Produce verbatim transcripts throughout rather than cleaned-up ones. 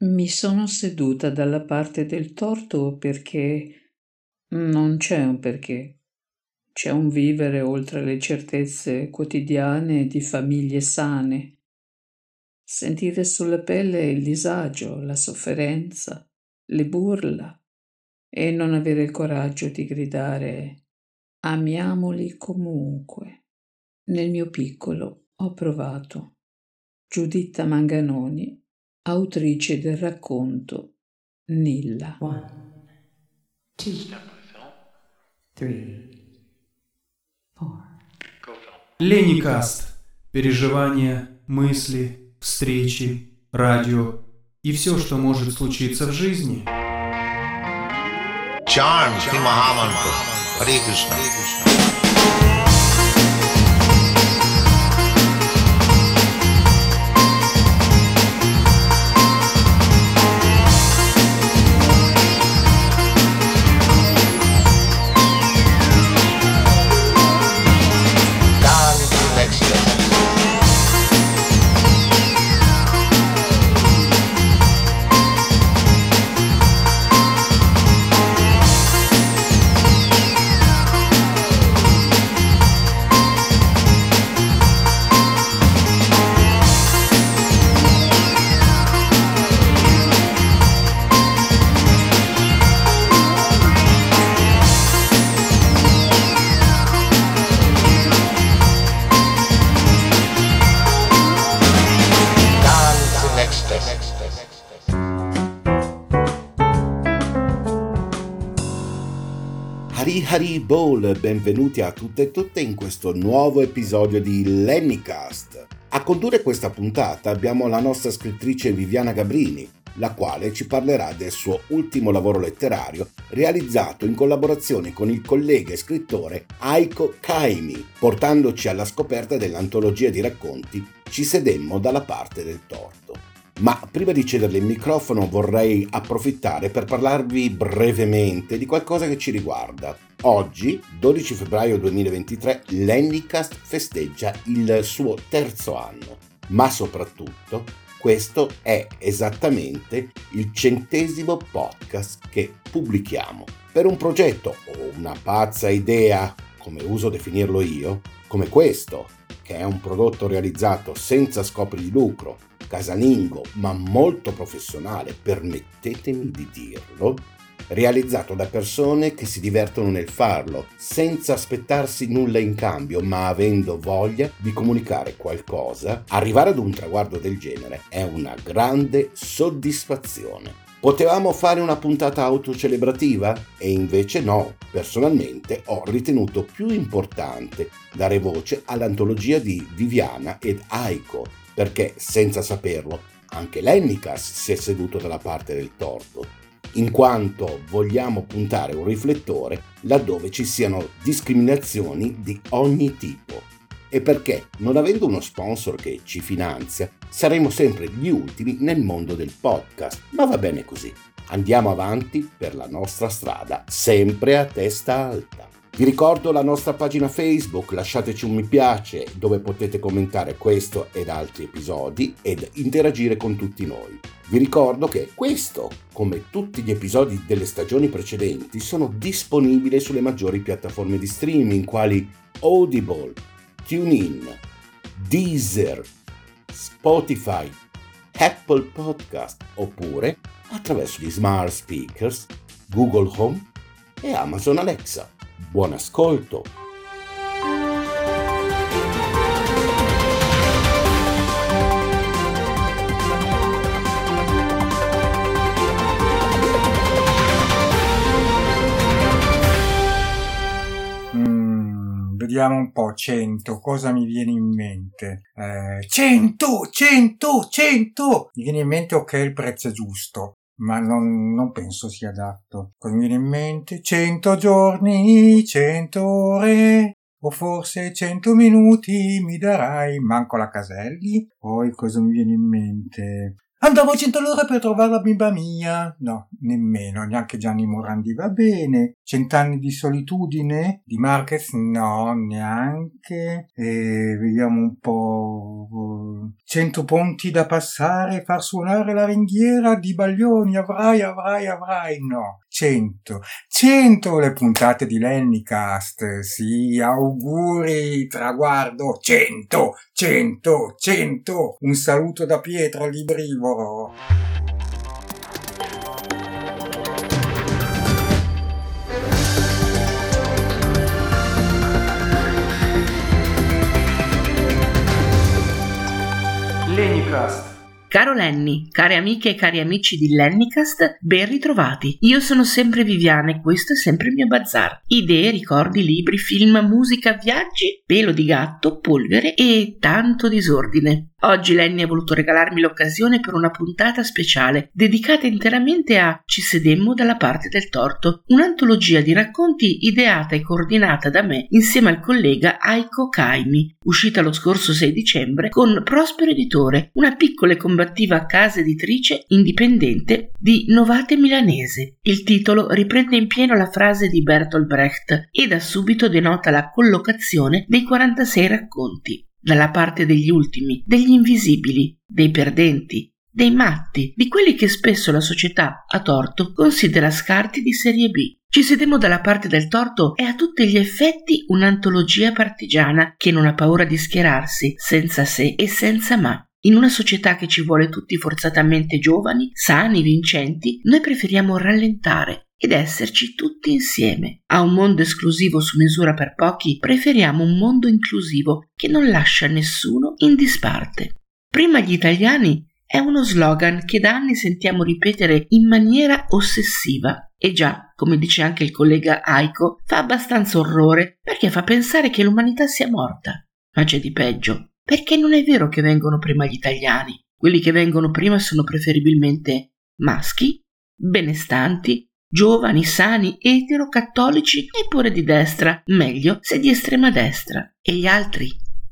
Mi sono seduta dalla parte del torto perché non c'è un perché. C'è un vivere oltre le certezze quotidiane di famiglie sane. Sentire sulla pelle il disagio, la sofferenza, le burla e non avere il coraggio di gridare amiamoli comunque. Nel mio piccolo ho provato. Giuditta Manganoni, autrice del racconto Nilla. One, two, three, four. Леникаст. Переживания, мысли, встречи, радио и все, что может случиться в жизни. Chant Shri Mahamantra. Hare Krishna. Hari Hari Bol, benvenuti a tutte e tutte in questo nuovo episodio di Lennycast. A condurre questa puntata abbiamo la nostra scrittrice Viviana Gabrini, la quale ci parlerà del suo ultimo lavoro letterario realizzato in collaborazione con il collega e scrittore Aiko Kaimi, portandoci alla scoperta dell'antologia di racconti Ci sedemmo dalla parte del torto. Ma prima di cederle il microfono vorrei approfittare per parlarvi brevemente di qualcosa che ci riguarda. Oggi, dodici febbraio duemilaventitré, Lennycast festeggia il suo terzo anno, ma soprattutto questo è esattamente il centesimo podcast che pubblichiamo. Per un progetto o una pazza idea, come uso definirlo io, come questo, che è un prodotto realizzato senza scopi di lucro, casalingo ma molto professionale, permettetemi di dirlo, realizzato da persone che si divertono nel farlo, senza aspettarsi nulla in cambio, ma avendo voglia di comunicare qualcosa, arrivare ad un traguardo del genere è una grande soddisfazione. Potevamo fare una puntata autocelebrativa? E invece no, personalmente ho ritenuto più importante dare voce all'antologia di Viviana ed Aiko, perché, senza saperlo, anche Lennycast si è seduto dalla parte del torto, in quanto vogliamo puntare un riflettore laddove ci siano discriminazioni di ogni tipo. E perché, non avendo uno sponsor che ci finanzia, saremo sempre gli ultimi nel mondo del podcast, ma va bene così. Andiamo avanti per la nostra strada, sempre a testa alta. Vi ricordo la nostra pagina Facebook, lasciateci un mi piace dove potete commentare questo ed altri episodi ed interagire con tutti noi. Vi ricordo che questo, come tutti gli episodi delle stagioni precedenti, sono disponibili sulle maggiori piattaforme di streaming quali Audible, TuneIn, Deezer, Spotify, Apple Podcast oppure attraverso gli smart speakers, Google Home e Amazon Alexa. Buon ascolto! Mm, vediamo un po', cento, cosa mi viene in mente? Eh, cento, cento, cento! Mi viene in mente ok, il prezzo è giusto. Ma non, non penso sia adatto. Cosa mi viene in mente? Cento giorni, cento ore, o forse cento minuti mi darai. Manco la Caselli. Poi cosa mi viene in mente? Andavo a cento all'ora per trovare la bimba mia. No, nemmeno, neanche Gianni Morandi va bene. Cent'anni di solitudine? Di Marquez? No, neanche. E vediamo un po'. Cento ponti da passare, far suonare la ringhiera di Baglioni, avrai, avrai, avrai. No, cento. Cento le puntate di Lennycast. Sì, auguri, traguardo. Cento, cento, cento. Un saluto da Pietro Librivo. Lennycast. Caro Lenny, care amiche e cari amici di Lennycast, ben ritrovati. Io sono sempre Viviana e questo è sempre il mio bazar. Idee, ricordi, libri, film, musica, viaggi, pelo di gatto, polvere e tanto disordine. Oggi Lenny ha voluto regalarmi l'occasione per una puntata speciale dedicata interamente a Ci sedemmo dalla parte del torto, un'antologia di racconti ideata e coordinata da me insieme al collega Aiko Kaimi, uscita lo scorso sei dicembre con Prospero Editore, una piccola e combattiva casa editrice indipendente di Novate milanese. Il titolo riprende in pieno la frase di Bertolt Brecht e da subito denota la collocazione dei quarantasei racconti. Dalla parte degli ultimi, degli invisibili, dei perdenti, dei matti, di quelli che spesso la società, a torto, considera scarti di serie B. Ci sedemmo dalla parte del torto è a tutti gli effetti un'antologia partigiana che non ha paura di schierarsi, senza se e senza ma. In una società che ci vuole tutti forzatamente giovani, sani, vincenti, noi preferiamo rallentare ed esserci tutti insieme. A un mondo esclusivo su misura per pochi, preferiamo un mondo inclusivo che non lascia nessuno in disparte. Prima gli italiani è uno slogan che da anni sentiamo ripetere in maniera ossessiva. E già, come dice anche il collega Aiko, fa abbastanza orrore perché fa pensare che l'umanità sia morta. Ma c'è di peggio, perché non è vero che vengono prima gli italiani. Quelli che vengono prima sono preferibilmente maschi, benestanti, giovani, sani, etero, cattolici e pure di destra, meglio se di estrema destra. E gli altri?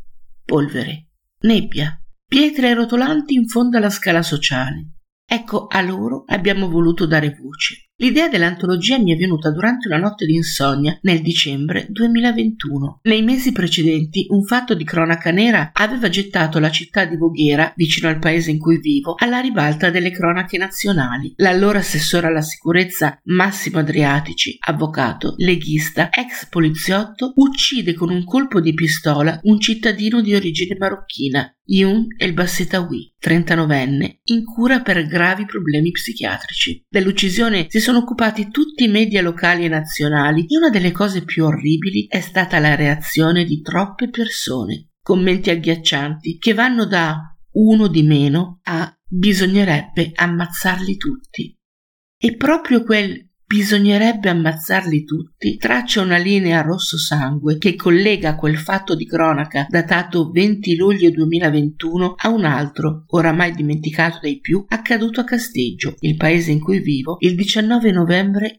Polvere, nebbia, pietre rotolanti in fondo alla scala sociale. Ecco, a loro abbiamo voluto dare voce. L'idea dell'antologia mi è venuta durante una notte di insonnia nel dicembre duemilaventuno. Nei mesi precedenti un fatto di cronaca nera aveva gettato la città di Voghera, vicino al paese in cui vivo, alla ribalta delle cronache nazionali. L'allora assessore alla sicurezza Massimo Adriatici, avvocato, leghista, ex poliziotto, uccide con un colpo di pistola un cittadino di origine marocchina, Youn El Bassetaoui, trentanovenne, in cura per gravi problemi psichiatrici. Dell'uccisione si sono occupati tutti i media locali e nazionali e una delle cose più orribili è stata la reazione di troppe persone. Commenti agghiaccianti che vanno da uno di meno a bisognerebbe ammazzarli tutti. E proprio quel bisognerebbe ammazzarli tutti traccia una linea rosso sangue che collega quel fatto di cronaca datato venti luglio duemilaventuno a un altro, oramai dimenticato dai più, accaduto a Casteggio, il paese in cui vivo, il diciannove novembre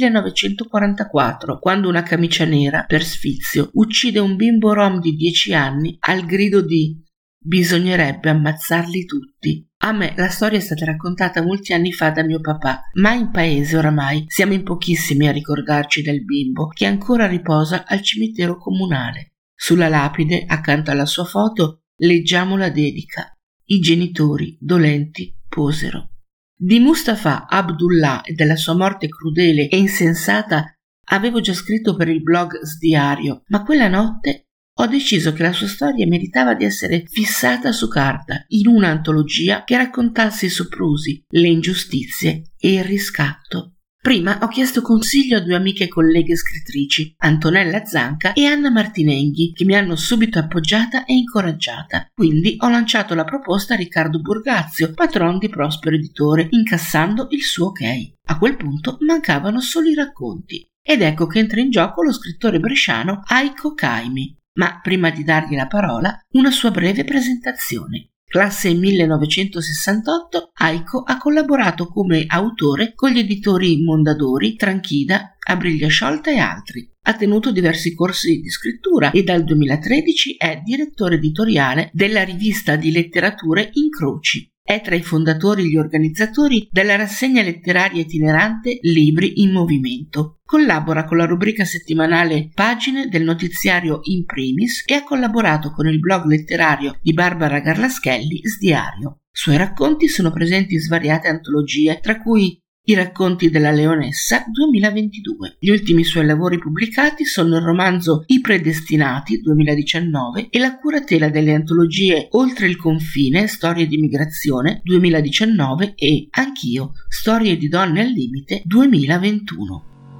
millenovecentoquarantaquattro, quando una camicia nera, per sfizio, uccide un bimbo rom di dieci anni al grido di bisognerebbe ammazzarli tutti. A me la storia è stata raccontata molti anni fa da mio papà, ma in paese oramai siamo in pochissimi a ricordarci del bimbo che ancora riposa al cimitero comunale. Sulla lapide, accanto alla sua foto, leggiamo la dedica. I genitori dolenti posero. Di Mustafa Abdullah e della sua morte crudele e insensata avevo già scritto per il blog Sdiario, ma quella notte ho deciso che la sua storia meritava di essere fissata su carta, in un'antologia che raccontasse i soprusi, le ingiustizie e il riscatto. Prima ho chiesto consiglio a due amiche e colleghe scrittrici, Antonella Zanca e Anna Martinenghi, che mi hanno subito appoggiata e incoraggiata. Quindi ho lanciato la proposta a Riccardo Burgazio, patron di Prospero Editore, incassando il suo ok. A quel punto mancavano solo i racconti. Ed ecco che entra in gioco lo scrittore bresciano Aiko Kaimi. Ma prima di dargli la parola, una sua breve presentazione. Classe millenovecentosessantotto, Aiko ha collaborato come autore con gli editori Mondadori, Tranchida, Abriglia Sciolta e altri. Ha tenuto diversi corsi di scrittura e dal duemilatredici è direttore editoriale della rivista di letterature Incroci. È tra i fondatori e gli organizzatori della rassegna letteraria itinerante Libri in Movimento. Collabora con la rubrica settimanale Pagine del notiziario In Primis e ha collaborato con il blog letterario di Barbara Garlaschelli Sdiario. Suoi racconti sono presenti in svariate antologie, tra cui I racconti della Leonessa duemilaventidue. Gli ultimi suoi lavori pubblicati sono il romanzo I predestinati duemiladiciannove e la curatela delle antologie Oltre il confine, storie di migrazione duemiladiciannove e Anch'io, storie di donne al limite duemilaventuno.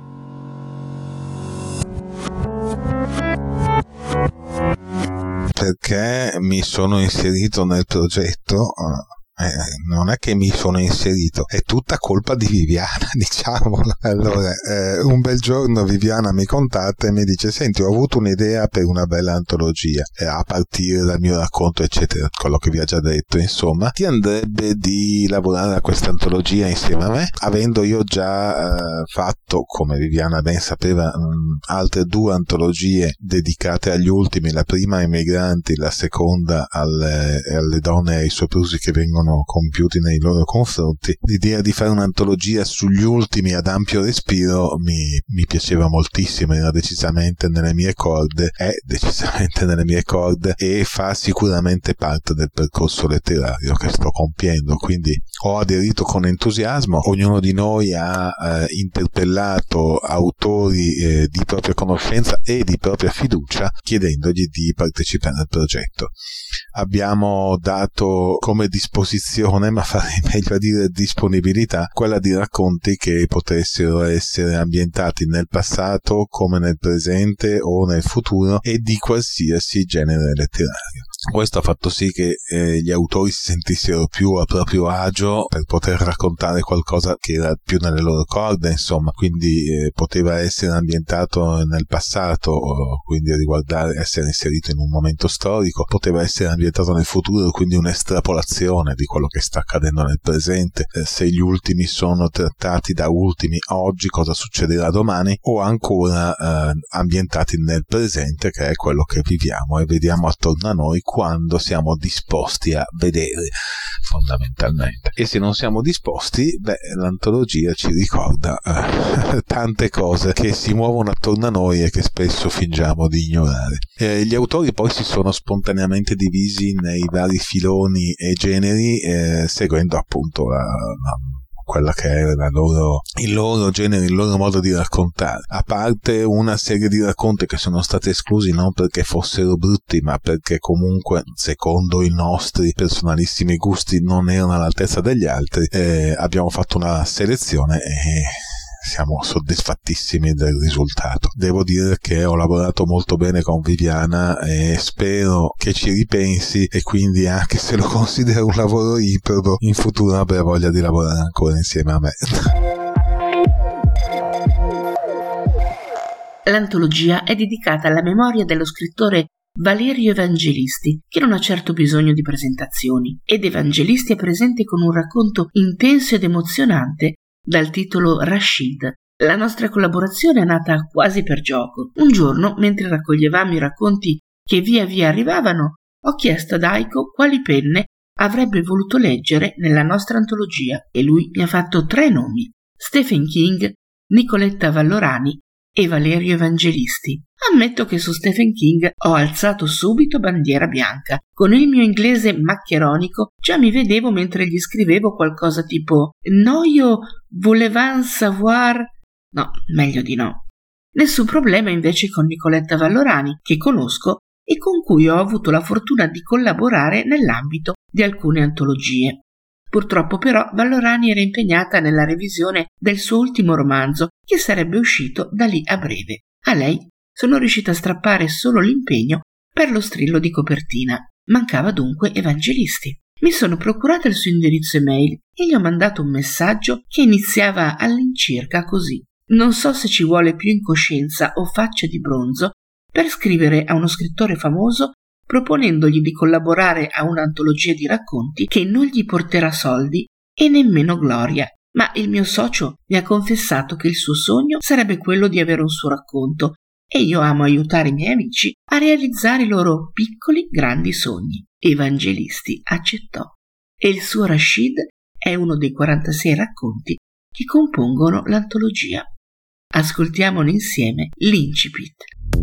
Perché mi sono inserito nel progetto? Eh, non è che mi sono inserito, è tutta colpa di Viviana, diciamo. Allora, eh, un bel giorno Viviana mi contatta e mi dice: senti, ho avuto un'idea per una bella antologia, eh, a partire dal mio racconto eccetera, quello che vi ha già detto, insomma, ti andrebbe di lavorare a questa antologia insieme a me, avendo io già eh, fatto, come Viviana ben sapeva, mh, altre due antologie dedicate agli ultimi, la prima ai migranti, la seconda alle, alle donne e ai soprusi che vengono compiuti nei loro confronti. L'idea di fare un'antologia sugli ultimi ad ampio respiro mi, mi piaceva moltissimo, era decisamente nelle mie corde, è decisamente nelle mie corde e fa sicuramente parte del percorso letterario che sto compiendo, quindi ho aderito con entusiasmo. Ognuno di noi ha eh, interpellato autori eh, di propria conoscenza e di propria fiducia chiedendogli di partecipare al progetto. Abbiamo dato come disposizione, ma farei meglio a dire disponibilità, quella di racconti che potessero essere ambientati nel passato come nel presente o nel futuro e di qualsiasi genere letterario. Questo ha fatto sì che eh, gli autori si sentissero più a proprio agio per poter raccontare qualcosa che era più nelle loro corde, insomma, quindi eh, poteva essere ambientato nel passato, quindi riguardare, essere inserito in un momento storico, poteva essere ambientato nel futuro, quindi un'estrapolazione di quello che sta accadendo nel presente. Eh, se gli ultimi sono trattati da ultimi oggi, cosa succederà domani, o ancora eh, ambientati nel presente, che è quello che viviamo e vediamo attorno a noi quando siamo disposti a vedere, fondamentalmente. E se non siamo disposti, beh, l'antologia ci ricorda eh, tante cose che si muovono attorno a noi e che spesso fingiamo di ignorare. Eh, gli autori poi si sono spontaneamente divisi nei vari filoni e generi, eh, seguendo appunto la, la quella che è la loro, il loro genere, il loro modo di raccontare. A parte una serie di racconti che sono stati esclusi non perché fossero brutti, ma perché comunque, secondo i nostri personalissimi gusti, non erano all'altezza degli altri, eh, abbiamo fatto una selezione e siamo soddisfattissimi del risultato. Devo dire che ho lavorato molto bene con Viviana e spero che ci ripensi, e quindi, anche se lo considero un lavoro improbo, in futuro avrà voglia di lavorare ancora insieme a me. L'antologia è dedicata alla memoria dello scrittore Valerio Evangelisti, che non ha certo bisogno di presentazioni, ed Evangelisti è presente con un racconto intenso ed emozionante dal titolo Rashid. La nostra collaborazione è nata quasi per gioco. Un giorno, mentre raccoglievamo i racconti che via via arrivavano, ho chiesto ad Aiko quali penne avrebbe voluto leggere nella nostra antologia e lui mi ha fatto tre nomi: Stephen King, Nicoletta Vallorani e Valerio Evangelisti. Ammetto che su Stephen King ho alzato subito bandiera bianca. Con il mio inglese maccheronico già mi vedevo mentre gli scrivevo qualcosa tipo «Noio volevan savoir...» No, meglio di no. Nessun problema invece con Nicoletta Vallorani, che conosco e con cui ho avuto la fortuna di collaborare nell'ambito di alcune antologie. Purtroppo però Vallorani era impegnata nella revisione del suo ultimo romanzo, che sarebbe uscito da lì a breve. A lei sono riuscita a strappare solo l'impegno per lo strillo di copertina. Mancava dunque Evangelisti. Mi sono procurata il suo indirizzo email e gli ho mandato un messaggio che iniziava all'incirca così: non so se ci vuole più incoscienza o faccia di bronzo per scrivere a uno scrittore famoso proponendogli di collaborare a un'antologia di racconti che non gli porterà soldi e nemmeno gloria, ma il mio socio mi ha confessato che il suo sogno sarebbe quello di avere un suo racconto e io amo aiutare i miei amici a realizzare i loro piccoli grandi sogni. Evangelisti accettò. e il suo Rashid è uno dei quarantasei racconti che compongono l'antologia. Ascoltiamone insieme l'incipit.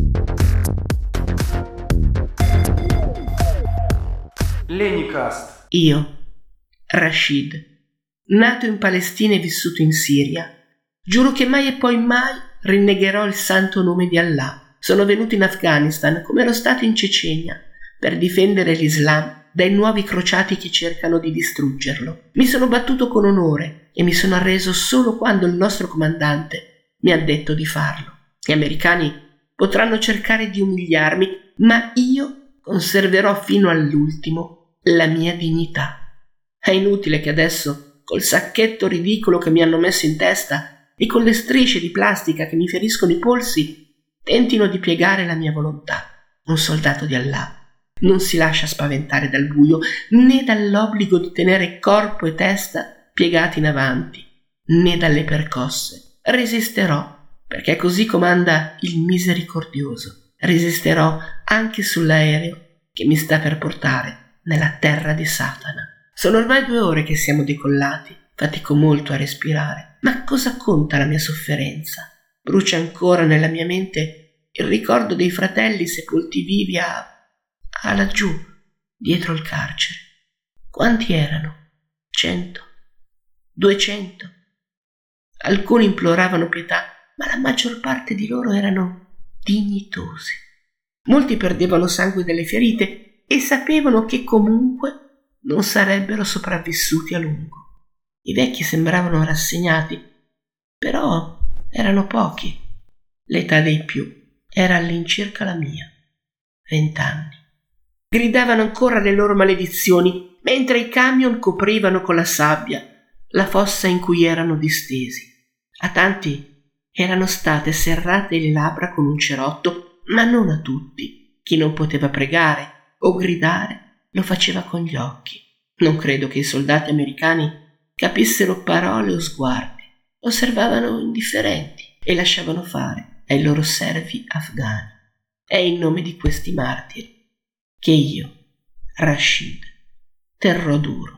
Леникаст. Io, Rashid, nato in Palestina e vissuto in Siria, giuro che mai e poi mai rinnegherò il santo nome di Allah. Sono venuto in Afghanistan, come ero stato in Cecenia, per difendere l'Islam dai nuovi crociati che cercano di distruggerlo. Mi sono battuto con onore e mi sono arreso solo quando il nostro comandante mi ha detto di farlo. Gli americani potranno cercare di umiliarmi, ma io conserverò fino all'ultimo la mia dignità. È inutile che adesso, col sacchetto ridicolo che mi hanno messo in testa e con le strisce di plastica che mi feriscono i polsi, tentino di piegare la mia volontà. Un soldato di Allah non si lascia spaventare dal buio, né dall'obbligo di tenere corpo e testa piegati in avanti, né dalle percosse. Resisterò, perché così comanda il misericordioso. Resisterò anche sull'aereo che mi sta per portare nella terra di Satana. Sono ormai due ore che siamo decollati, fatico molto a respirare, ma cosa conta la mia sofferenza? Brucia ancora nella mia mente il ricordo dei fratelli sepolti vivi a... a laggiù, dietro il carcere. Quanti erano? Cento? Duecento? Alcuni imploravano pietà, ma la maggior parte di loro erano dignitosi. Molti perdevano sangue dalle ferite e sapevano che comunque non sarebbero sopravvissuti a lungo. I vecchi sembravano rassegnati, però erano pochi. L'età dei più era all'incirca la mia, vent'anni. Gridavano ancora le loro maledizioni, mentre i camion coprivano con la sabbia la fossa in cui erano distesi. A tanti erano state serrate le labbra con un cerotto, ma non a tutti. Chi non poteva pregare o gridare lo faceva con gli occhi. Non credo che i soldati americani capissero parole o sguardi. Osservavano indifferenti e lasciavano fare ai loro servi afghani. È in nome di questi martiri che io, Rashid, terrò duro.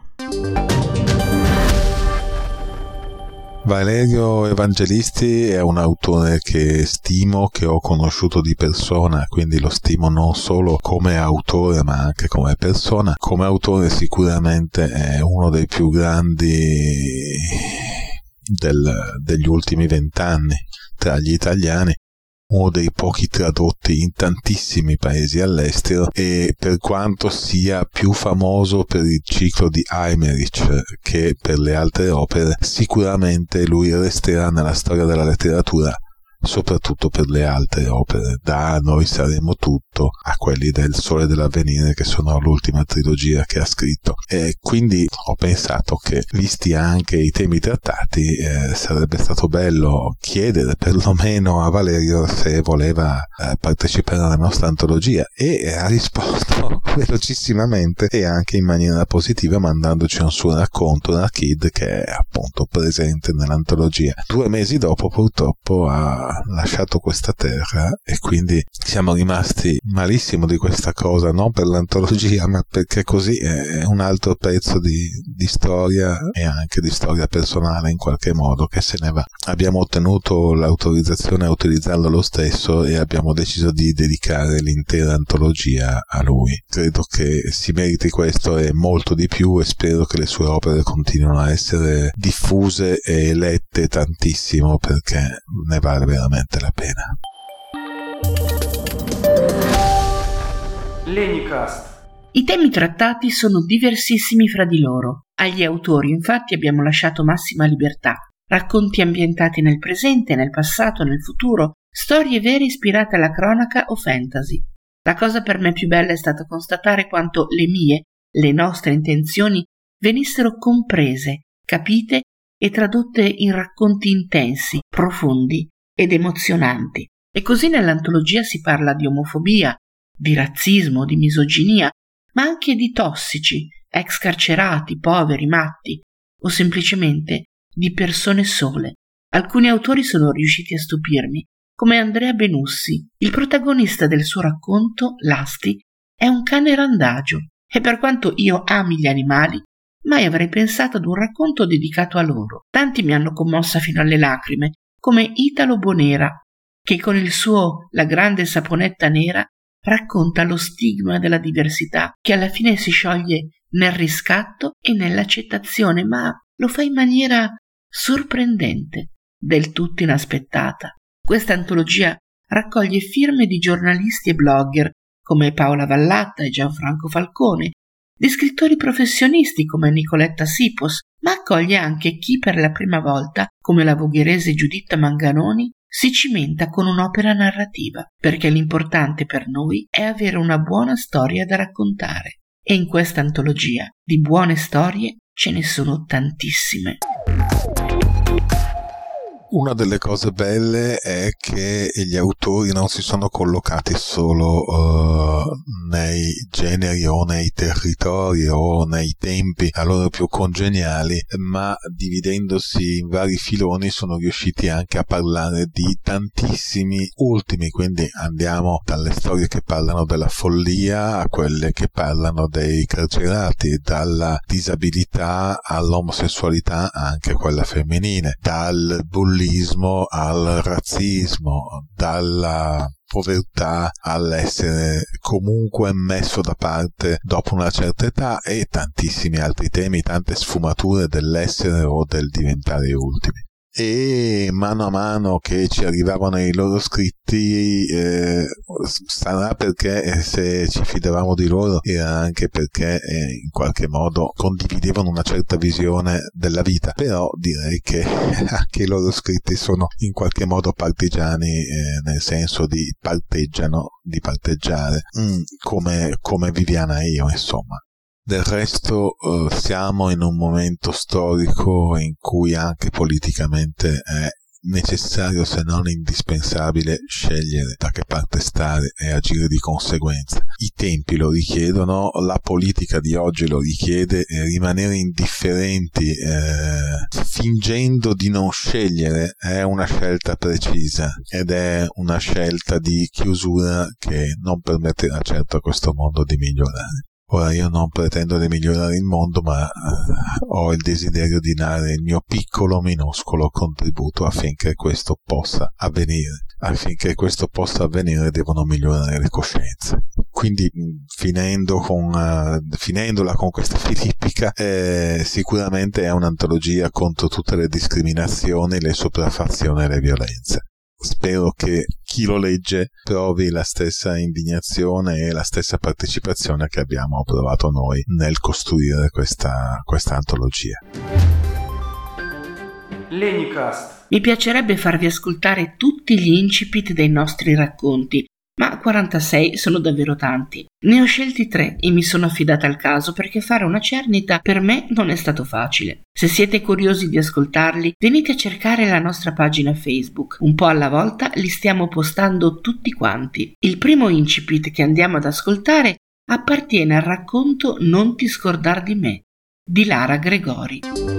Valerio Evangelisti è un autore che stimo, che ho conosciuto di persona, quindi lo stimo non solo come autore ma anche come persona. Come autore sicuramente è uno dei più grandi del, degli ultimi vent'anni tra gli italiani, uno dei pochi tradotti in tantissimi paesi all'estero, e per quanto sia più famoso per il ciclo di Heimerich che per le altre opere, sicuramente lui resterà nella storia della letteratura soprattutto per le altre opere, da Noi saremo tutto a quelli del Sole dell'Avvenire, che sono l'ultima trilogia che ha scritto. E quindi ho pensato che, visti anche i temi trattati, eh, sarebbe stato bello chiedere perlomeno a Valerio se voleva eh, partecipare alla nostra antologia, e ha risposto velocissimamente e anche in maniera positiva, mandandoci un suo racconto, una kid, che è appunto presente nell'antologia. Due mesi dopo purtroppo ha lasciato questa terra, e quindi siamo rimasti malissimo di questa cosa, non per l'antologia ma perché così è un altro pezzo di, di storia, e anche di storia personale in qualche modo, che se ne va. Abbiamo ottenuto l'autorizzazione a utilizzarlo lo stesso e abbiamo deciso di dedicare l'intera antologia a lui. Credo che si meriti questo e molto di più, e spero che le sue opere continuino a essere diffuse e lette tantissimo, perché ne vale veramente la pena. Леникаст. I temi trattati sono diversissimi fra di loro. Agli autori, infatti, abbiamo lasciato massima libertà. Racconti ambientati nel presente, nel passato, nel futuro, storie vere ispirate alla cronaca o fantasy. La cosa per me più bella è stata constatare quanto le mie, le nostre intenzioni venissero comprese, capite e tradotte in racconti intensi, profondi ed emozionanti. E così nell'antologia si parla di omofobia, di razzismo, di misoginia, ma anche di tossici, ex carcerati, poveri, matti, o semplicemente di persone sole. Alcuni autori sono riusciti a stupirmi, come Andrea Benussi. Il protagonista del suo racconto, Lasti, è un cane randagio, e per quanto io ami gli animali, Mai avrei pensato ad un racconto dedicato a loro. Tanti mi hanno commossa fino alle lacrime, come Italo Bonera, che con il suo La grande saponetta nera racconta lo stigma della diversità che alla fine si scioglie nel riscatto e nell'accettazione, ma lo fa in maniera sorprendente, del tutto inaspettata. Questa antologia raccoglie firme di giornalisti e blogger come Paola Vallatta e Gianfranco Falcone, di scrittori professionisti come Nicoletta Sipos, ma accoglie anche chi per la prima volta, come la vogherese Giuditta Manganoni, si cimenta con un'opera narrativa, perché l'importante per noi è avere una buona storia da raccontare. E in questa antologia di buone storie ce ne sono tantissime. Una delle cose belle è che gli autori non si sono collocati solo uh, nei generi o nei territori o nei tempi a loro più congeniali, ma dividendosi in vari filoni sono riusciti anche a parlare di tantissimi ultimi, quindi andiamo dalle storie che parlano della follia a quelle che parlano dei carcerati, dalla disabilità all'omosessualità, anche quella femminile, dal bullismo al razzismo, dalla povertà all'essere comunque messo da parte dopo una certa età e tantissimi altri temi, tante sfumature dell'essere o del diventare ultimi. E mano a mano che ci arrivavano i loro scritti, eh, sarà perché se ci fidavamo di loro era anche perché eh, in qualche modo condividevano una certa visione della vita, però direi che anche i loro scritti sono in qualche modo partigiani, eh, nel senso di parteggiano, di parteggiare, mm, come, come Viviana e io, insomma. Del resto eh, siamo in un momento storico in cui anche politicamente è necessario, se non indispensabile, scegliere da che parte stare e agire di conseguenza. I tempi lo richiedono, la politica di oggi lo richiede, e rimanere indifferenti eh, fingendo di non scegliere è una scelta precisa ed è una scelta di chiusura che non permetterà certo a questo mondo di migliorare. Ora io non pretendo di migliorare il mondo, ma eh, ho il desiderio di dare il mio piccolo minuscolo contributo affinché questo possa avvenire. Affinché questo possa avvenire devono migliorare le coscienze. Quindi finendo con, uh, finendola con questa filippica, eh, sicuramente è un'antologia contro tutte le discriminazioni, le sopraffazioni e le violenze. Spero che chi lo legge provi la stessa indignazione e la stessa partecipazione che abbiamo provato noi nel costruire questa, questa antologia. Lennicast. Mi piacerebbe farvi ascoltare tutti gli incipit dei nostri racconti, ma quarantasei sono davvero tanti. Ne ho scelti tre e mi sono affidata al caso perché fare una cernita per me non è stato facile. Se siete curiosi di ascoltarli, venite a cercare la nostra pagina Facebook. Un po' alla volta li stiamo postando tutti quanti. Il primo incipit che andiamo ad ascoltare appartiene al racconto Non ti scordar di me, di Lara Gregori.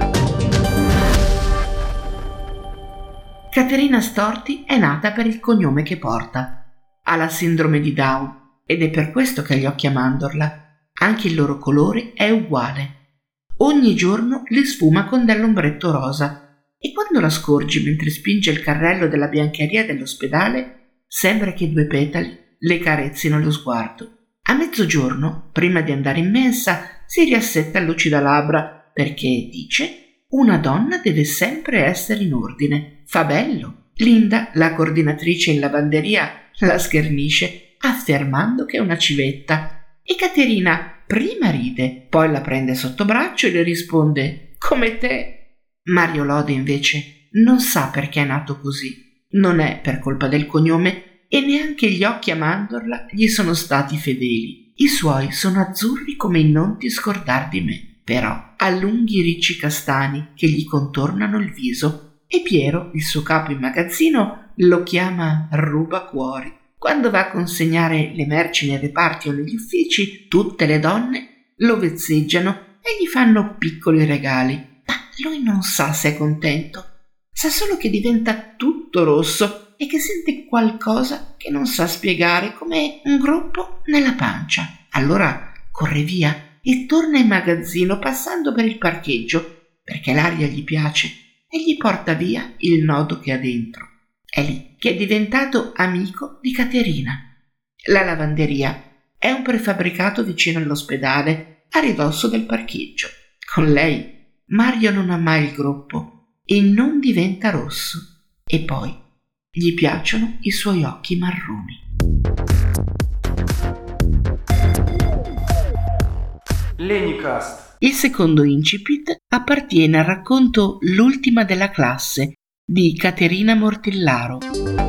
Caterina Storti è nata per il cognome che porta. Ha la sindrome di Down ed è per questo che ha gli occhi a mandorla. Anche il loro colore è uguale. Ogni giorno le sfuma con dell'ombretto rosa e quando la scorgi mentre spinge il carrello della biancheria dell'ospedale sembra che due petali le carezzino lo sguardo. A mezzogiorno, prima di andare in mensa, si riassetta il lucidalabbra perché, dice, una donna deve sempre essere in ordine. Fa bello. Linda, la coordinatrice in lavanderia, la schernisce affermando che è una civetta e Caterina prima ride, poi la prende sotto braccio e le risponde come te. Mario Lode invece non sa perché è nato così. Non è per colpa del cognome e neanche gli occhi a mandorla gli sono stati fedeli. I suoi sono azzurri come il Non ti scordar di me, però ha lunghi ricci castani che gli contornano il viso e Piero, il suo capo in magazzino, lo chiama rubacuori. Quando va a consegnare le merci nei reparti o negli uffici, tutte le donne lo vezzeggiano e gli fanno piccoli regali. Ma lui non sa se è contento. Sa solo che diventa tutto rosso e che sente qualcosa che non sa spiegare, come un gruppo nella pancia. Allora corre via e torna in magazzino passando per il parcheggio perché l'aria gli piace e gli porta via il nodo che ha dentro. È lì che è diventato amico di Caterina. La lavanderia è un prefabbricato vicino all'ospedale, a ridosso del parcheggio. Con lei Mario non ha mai il groppo e non diventa rosso. E poi gli piacciono i suoi occhi marroni. Леникаст. Il secondo incipit appartiene al racconto L'ultima della classe di Caterina Mortillaro.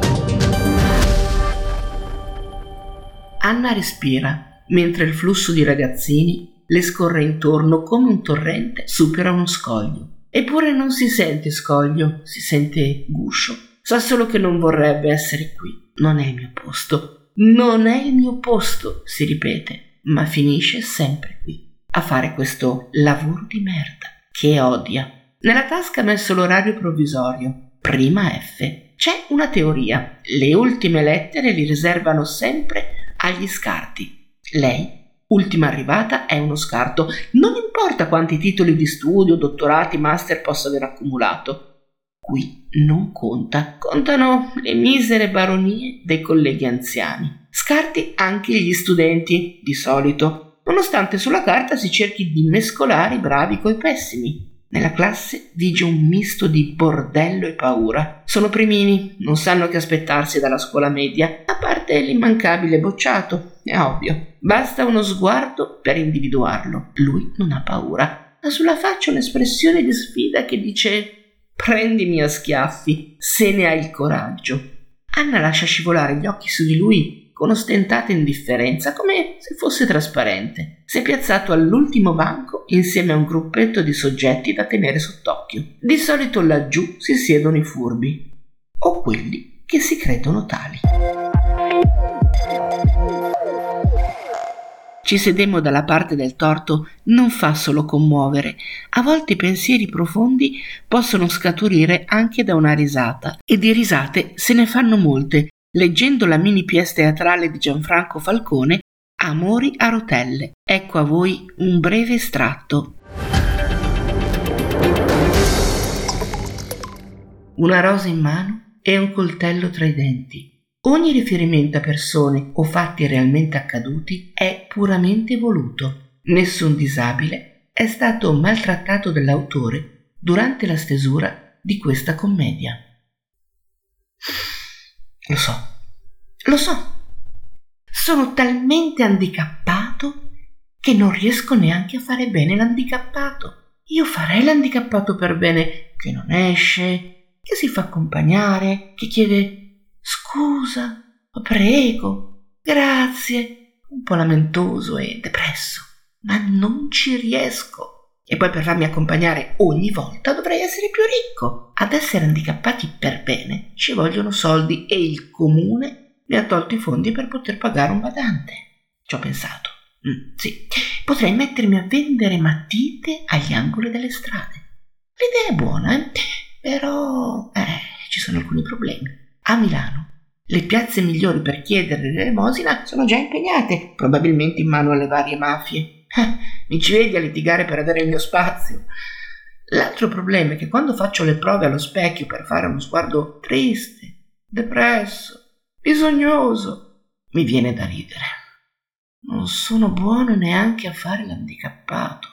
Anna respira mentre il flusso di ragazzini le scorre intorno come un torrente supera uno scoglio. Eppure non si sente scoglio, si sente guscio. Sa solo che non vorrebbe essere qui. Non è il mio posto. Non è il mio posto, si ripete, ma finisce sempre qui a fare questo lavoro di merda che odia. Nella tasca ha messo l'orario provvisorio, prima F. C'è una teoria: le ultime lettere li riservano sempre agli scarti. Lei, ultima arrivata, è uno scarto. Non importa quanti titoli di studio, dottorati, master possa aver accumulato. Qui non conta, contano le misere baronie dei colleghi anziani. Scarti anche gli studenti, di solito, nonostante sulla carta si cerchi di mescolare i bravi coi pessimi. Nella classe vige un misto di bordello e paura. Sono primini, non sanno che aspettarsi dalla scuola media, a parte l'immancabile bocciato, è ovvio. Basta uno sguardo per individuarlo. Lui non ha paura, ha sulla faccia un'espressione di sfida che dice: prendimi a schiaffi, se ne hai il coraggio. Anna lascia scivolare gli occhi su di lui con ostentata indifferenza, come se fosse trasparente. Si è piazzato all'ultimo banco insieme a un gruppetto di soggetti da tenere sott'occhio. Di solito laggiù si siedono i furbi, o quelli che si credono tali. Ci sedemmo dalla parte del torto non fa solo commuovere. A volte i pensieri profondi possono scaturire anche da una risata, e di risate se ne fanno molte. Leggendo la mini pièce teatrale di Gianfranco Falcone, Amori a rotelle. Ecco a voi un breve estratto. Una rosa in mano e un coltello tra i denti. Ogni riferimento a persone o fatti realmente accaduti è puramente voluto. Nessun disabile è stato maltrattato dall'autore durante la stesura di questa commedia. Lo so, lo so. Sono talmente handicappato che non riesco neanche a fare bene l'handicappato. Io farei l'handicappato per bene, che non esce, che si fa accompagnare, che chiede scusa, prego, grazie, un po' lamentoso e depresso, ma non ci riesco. E poi per farmi accompagnare ogni volta dovrei essere più ricco. Ad essere handicappati per bene ci vogliono soldi e il comune mi ha tolto i fondi per poter pagare un badante. Ci ho pensato. Mm, sì, potrei mettermi a vendere matite agli angoli delle strade. L'idea è buona, eh? Però eh, ci sono alcuni problemi. A Milano le piazze migliori per chiedere l'elemosina sono già impegnate, probabilmente in mano alle varie mafie. Mi ci vedi a litigare per avere il mio spazio. L'altro problema è che quando faccio le prove allo specchio per fare uno sguardo triste, depresso, bisognoso, mi viene da ridere. Non sono buono neanche a fare l'handicappato.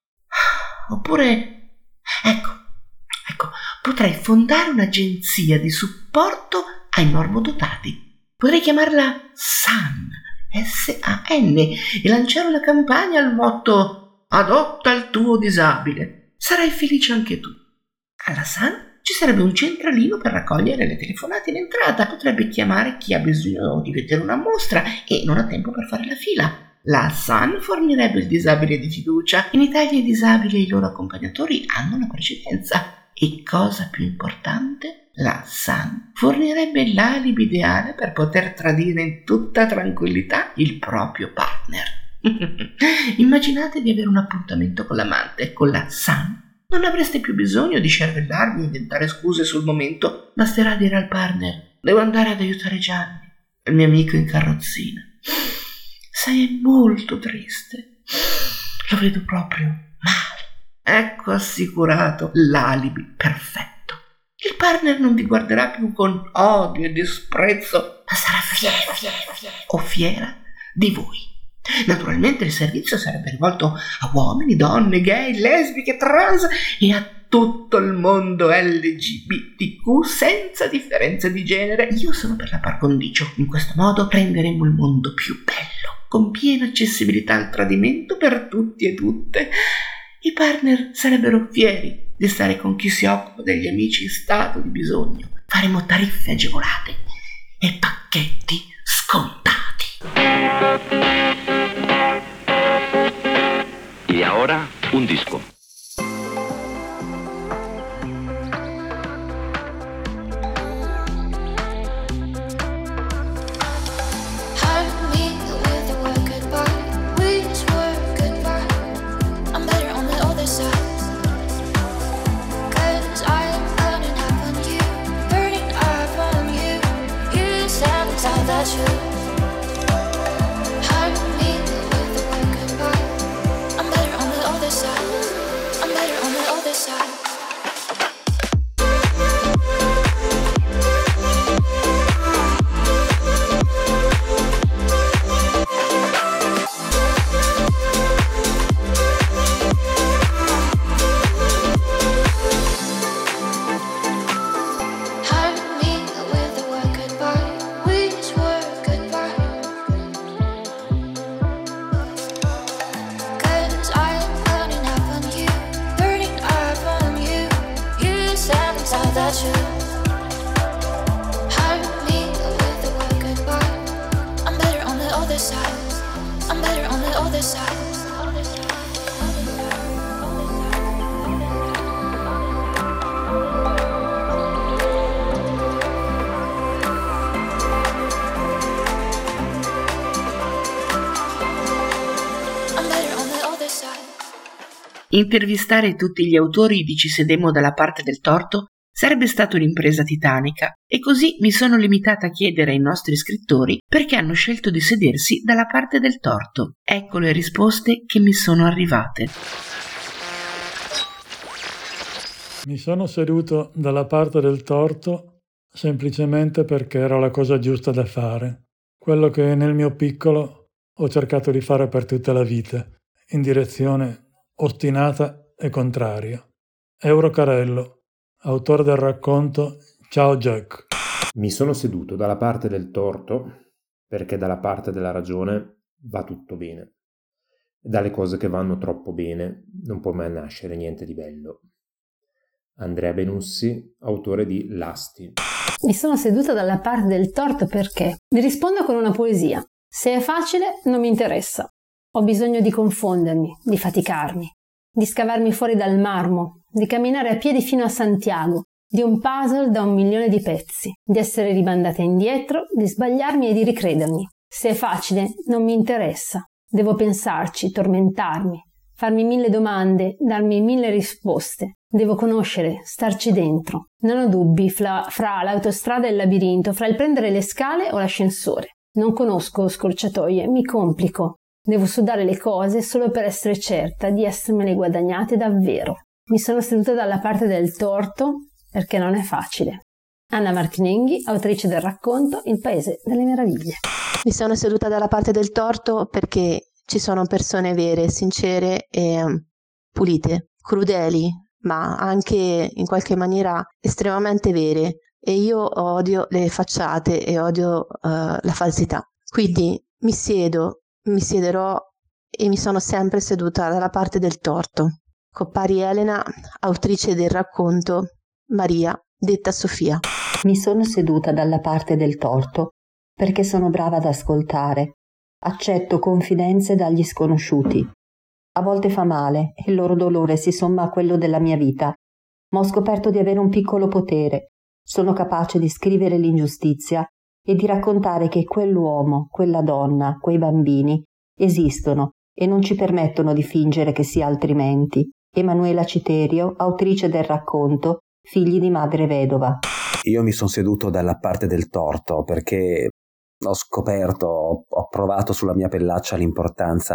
Oppure, ecco, ecco, potrei fondare un'agenzia di supporto ai normodotati. Potrei chiamarla S A N, S A N, e lanciare una campagna al motto «Adotta il tuo disabile». Sarai felice anche tu. Alla S A N ci sarebbe un centralino per raccogliere le telefonate in entrata. Potrebbe chiamare chi ha bisogno di vedere una mostra e non ha tempo per fare la fila. La S A N fornirebbe il disabile di fiducia. In Italia i disabili e i loro accompagnatori hanno la precedenza. E cosa più importante, la S A N fornirebbe l'alibi ideale per poter tradire in tutta tranquillità il proprio partner. Immaginate di avere un appuntamento con l'amante. Con la S A N non avreste più bisogno di cervellarvi e inventare scuse sul momento. Basterà dire al partner: devo andare ad aiutare Gianni, il mio amico in carrozzina. Sei molto triste. lo vedo proprio male. Ecco assicurato l'alibi perfetto. Il partner non vi guarderà più con odio e disprezzo, ma sarà fiera, fiera, fiera o fiera di voi. Naturalmente il servizio sarebbe rivolto a uomini, donne, gay, lesbiche, trans e a tutto il mondo L G B T Q senza differenza di genere. Io sono per la par condicio. In questo modo renderemo il mondo più bello, con piena accessibilità al tradimento per tutti e tutte. I partner sarebbero fieri di stare con chi si occupa degli amici in stato di bisogno. Faremo tariffe agevolate e pacchetti scontati. E ora un disco. Intervistare tutti gli autori di Ci sedemmo dalla parte del torto sarebbe stata un'impresa titanica e così mi sono limitata a chiedere ai nostri scrittori perché hanno scelto di sedersi dalla parte del torto. Ecco le risposte che mi sono arrivate. Mi sono seduto dalla parte del torto semplicemente perché era la cosa giusta da fare, quello che nel mio piccolo ho cercato di fare per tutta la vita, in direzione ostinata e contraria. Euro Carello, autore del racconto Ciao Jack. Mi sono seduto dalla parte del torto perché dalla parte della ragione va tutto bene. E dalle cose che vanno troppo bene non può mai nascere niente di bello. Andrea Benussi, autore di Lasti. Mi sono seduta dalla parte del torto perché vi rispondo con una poesia. Se è facile, non mi interessa. Ho bisogno di confondermi, di faticarmi, di scavarmi fuori dal marmo, di camminare a piedi fino a Santiago, di un puzzle da un milione di pezzi, di essere rimandata indietro, di sbagliarmi e di ricredermi. Se è facile, non mi interessa. Devo pensarci, tormentarmi, farmi mille domande, darmi mille risposte. Devo conoscere, starci dentro. Non ho dubbi fra, fra l'autostrada e il labirinto, fra il prendere le scale o l'ascensore. Non conosco scorciatoie, mi complico. Devo sudare le cose solo per essere certa di essermele guadagnate davvero. Mi sono seduta dalla parte del torto perché non è facile. Anna Martinenghi, autrice del racconto Il Paese delle Meraviglie. Mi sono seduta dalla parte del torto perché ci sono persone vere, sincere e pulite, crudeli, ma anche in qualche maniera estremamente vere. E io odio le facciate e odio uh, la falsità. Quindi mi siedo Mi siederò e mi sono sempre seduta dalla parte del torto. Coppari Elena, autrice del racconto Maria, detta Sofia. Mi sono seduta dalla parte del torto perché sono brava ad ascoltare. Accetto confidenze dagli sconosciuti. A volte fa male e il loro dolore si somma a quello della mia vita, ma ho scoperto di avere un piccolo potere. Sono capace di scrivere l'ingiustizia e di raccontare che quell'uomo, quella donna, quei bambini esistono e non ci permettono di fingere che sia altrimenti. Emanuela Citerio, autrice del racconto Figli di madre vedova. Io mi sono seduto dalla parte del torto perché ho scoperto, ho provato sulla mia pellaccia l'importanza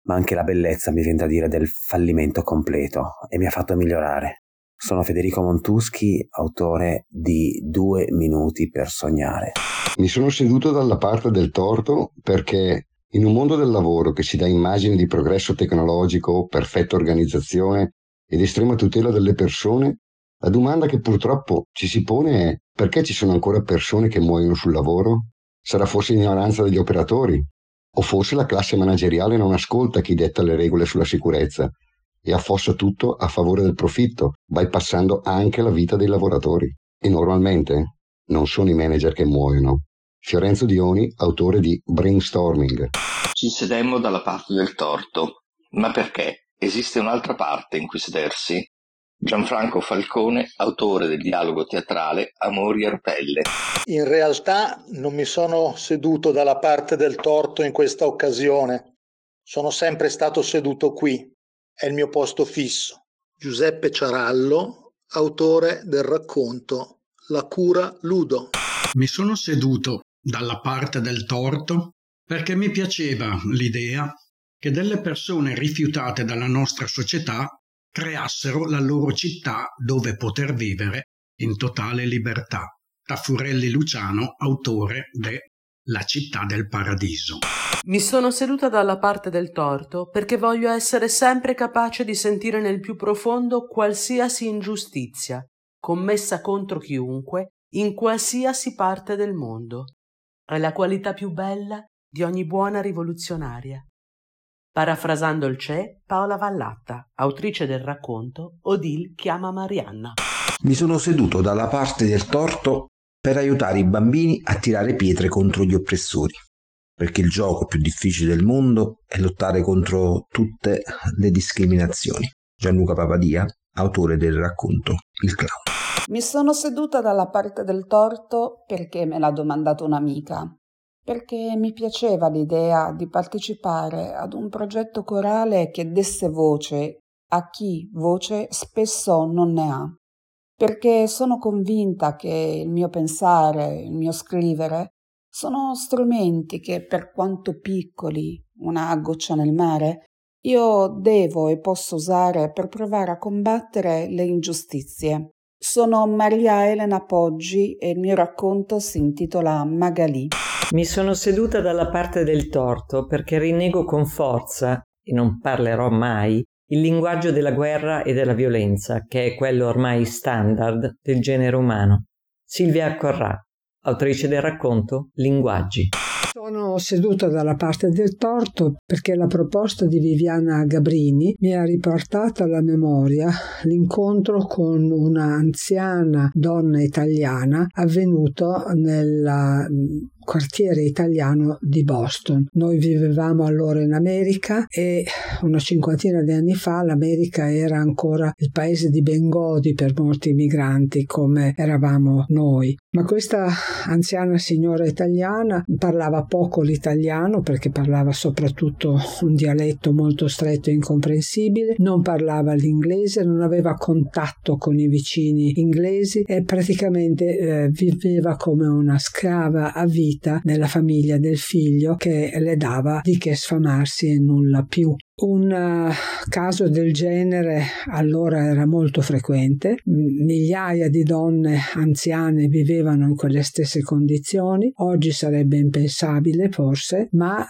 ma anche la bellezza, mi viene da dire, del fallimento completo e mi ha fatto migliorare. Sono Federico Montuschi, autore di Due minuti per sognare. Mi sono seduto dalla parte del torto perché in un mondo del lavoro che si dà immagine di progresso tecnologico, perfetta organizzazione ed estrema tutela delle persone, la domanda che purtroppo ci si pone è: perché ci sono ancora persone che muoiono sul lavoro? Sarà forse ignoranza degli operatori? O forse la classe manageriale non ascolta chi detta le regole sulla sicurezza e affossa tutto a favore del profitto, bypassando anche la vita dei lavoratori? E normalmente non sono i manager che muoiono. Fiorenzo Dioni, autore di Brainstorming. Ci sedemmo dalla parte del torto. Ma perché? Esiste un'altra parte in cui sedersi? Gianfranco Falcone, autore del dialogo teatrale Amori a pelle. In realtà non mi sono seduto dalla parte del torto in questa occasione. Sono sempre stato seduto qui. È il mio posto fisso. Giuseppe Ciarallo, autore del racconto La cura Ludo. Mi sono seduto dalla parte del torto perché mi piaceva l'idea che delle persone rifiutate dalla nostra società creassero la loro città dove poter vivere in totale libertà. Tafurelli Luciano, autore de La città del paradiso. Mi sono seduta dalla parte del torto perché voglio essere sempre capace di sentire nel più profondo qualsiasi ingiustizia commessa contro chiunque in qualsiasi parte del mondo. È la qualità più bella di ogni buona rivoluzionaria. Parafrasando il Che, Paola Vallatta, autrice del racconto Odile chiama Marianna. Mi sono seduto dalla parte del torto per aiutare i bambini a tirare pietre contro gli oppressori, perché il gioco più difficile del mondo è lottare contro tutte le discriminazioni. Gianluca Papadia, autore del racconto Il clown. Mi sono seduta dalla parte del torto perché me l'ha domandato un'amica, perché mi piaceva l'idea di partecipare ad un progetto corale che desse voce a chi voce spesso non ne ha, perché sono convinta che il mio pensare, il mio scrivere, sono strumenti che, per quanto piccoli, una goccia nel mare, io devo e posso usare per provare a combattere le ingiustizie. Sono Maria Elena Poggi e il mio racconto si intitola Magalì. Mi sono seduta dalla parte del torto perché rinnego con forza, e non parlerò mai, il linguaggio della guerra e della violenza, che è quello ormai standard del genere umano. Silvia Corrà, autrice del racconto Linguaggi. Sono seduta dalla parte del torto perché la proposta di Viviana Gabrini mi ha riportato alla memoria l'incontro con una anziana donna italiana avvenuto nel quartiere italiano di Boston. Noi vivevamo allora in America e una cinquantina di anni fa l'America era ancora il paese di Bengodi per molti migranti come eravamo noi. Ma questa anziana signora italiana parlava poco l'italiano perché parlava soprattutto un dialetto molto stretto e incomprensibile, non parlava l'inglese, non aveva contatto con i vicini inglesi e praticamente eh, viveva come una sclava a vita nella famiglia del figlio che le dava di che sfamarsi e nulla più. Un uh, caso del genere allora era molto frequente, migliaia di donne anziane vivevano in quelle stesse condizioni, oggi sarebbe impensabile forse, ma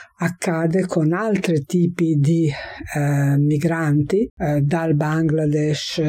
accade con altri tipi di eh, migranti eh, dal Bangladesh,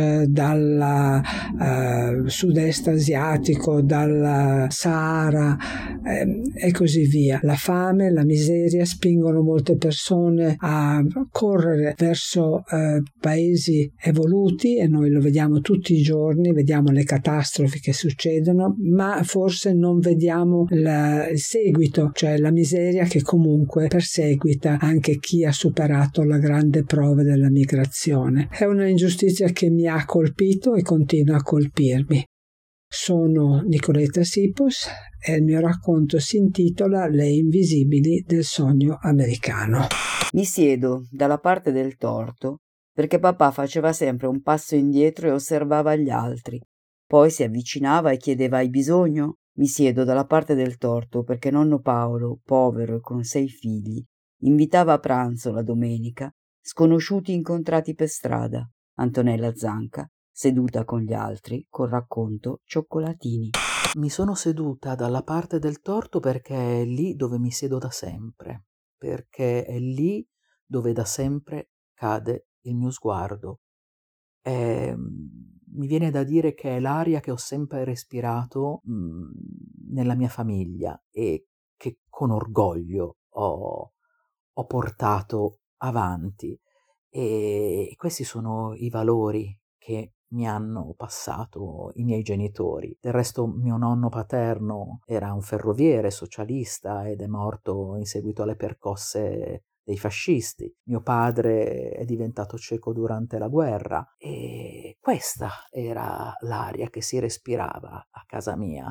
dal eh, sud-est asiatico, dal Sahara eh, e così via. La fame, la miseria spingono molte persone a correre verso eh, paesi evoluti e noi lo vediamo tutti i giorni, vediamo le catastrofi che succedono, ma forse non vediamo la, il seguito, cioè la miseria che comunque perseguita anche chi ha superato la grande prova della migrazione. È una ingiustizia che mi ha colpito e continua a colpirmi. Sono Nicoletta Sipos e il mio racconto si intitola Le invisibili del sogno americano. Mi siedo dalla parte del torto perché papà faceva sempre un passo indietro e osservava gli altri. Poi si avvicinava e chiedeva: hai bisogno? Mi siedo dalla parte del torto perché nonno Paolo, povero e con sei figli, invitava a pranzo la domenica sconosciuti incontrati per strada, Antonella Zanca, seduta con gli altri col racconto Cioccolatini. Mi sono seduta dalla parte del torto perché è lì dove mi siedo da sempre, perché è lì dove da sempre cade il mio sguardo. È, mi viene da dire che è l'aria che ho sempre respirato mh, nella mia famiglia e che con orgoglio ho, ho portato avanti. E questi sono i valori che mi hanno passato i miei genitori. Del resto mio nonno paterno era un ferroviere socialista ed è morto in seguito alle percosse dei fascisti. Mio padre è diventato cieco durante la guerra e questa era l'aria che si respirava a casa mia,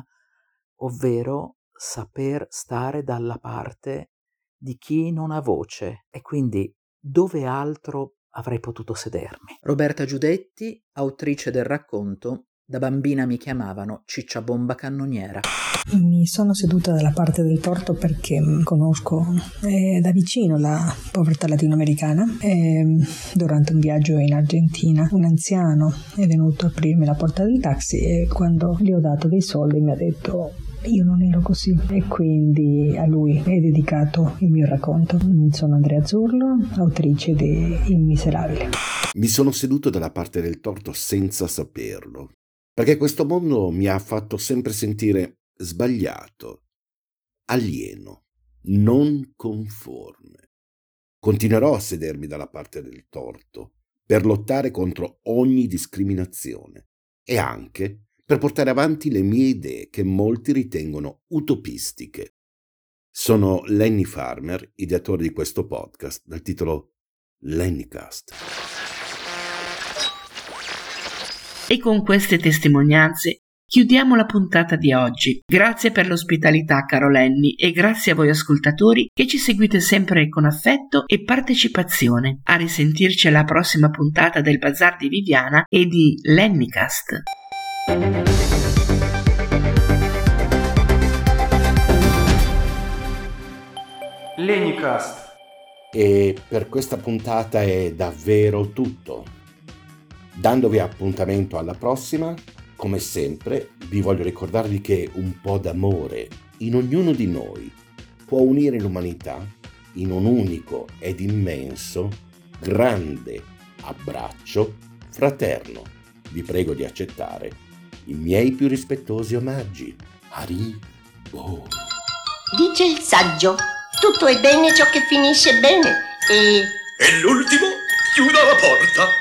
ovvero saper stare dalla parte di chi non ha voce e quindi dove altro avrei potuto sedermi. Roberta Giudetti, autrice del racconto Da bambina mi chiamavano Cicciabomba cannoniera. Mi sono seduta dalla parte del torto perché conosco eh, da vicino la povertà latinoamericana. E, durante un viaggio in Argentina un anziano è venuto a aprirmi la porta del taxi e quando gli ho dato dei soldi mi ha detto: io non ero così, e quindi a lui è dedicato il mio racconto. Sono Andrea Zurlo, autrice di Il Miserabile. Mi sono seduto dalla parte del torto senza saperlo, perché questo mondo mi ha fatto sempre sentire sbagliato, alieno, non conforme. Continuerò a sedermi dalla parte del torto per lottare contro ogni discriminazione e anche per portare avanti le mie idee che molti ritengono utopistiche. Sono Lenny Farmer, ideatore di questo podcast dal titolo Lennycast. E con queste testimonianze chiudiamo la puntata di oggi. Grazie per l'ospitalità, caro Lenny, e grazie a voi ascoltatori che ci seguite sempre con affetto e partecipazione. A risentirci alla prossima puntata del Bazar di Viviana e di Lennycast. Lennycast. E per questa puntata è davvero tutto. Dandovi appuntamento alla prossima, come sempre vi voglio ricordarvi che un po' d'amore in ognuno di noi può unire l'umanità in un unico ed immenso, grande abbraccio fraterno. Vi prego di accettare i miei più rispettosi omaggi. Arrivo. Dice il saggio, tutto è bene ciò che finisce bene e... E l'ultimo chiuda la porta.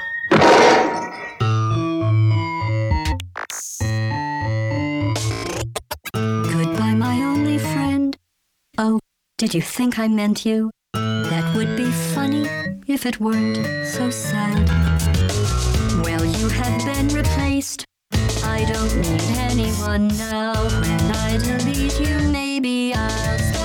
Goodbye, my only friend. Oh, did you think I meant you? That would be funny if it weren't so sad. Well, you have been replaced. I don't need anyone now. When I delete you, maybe I'll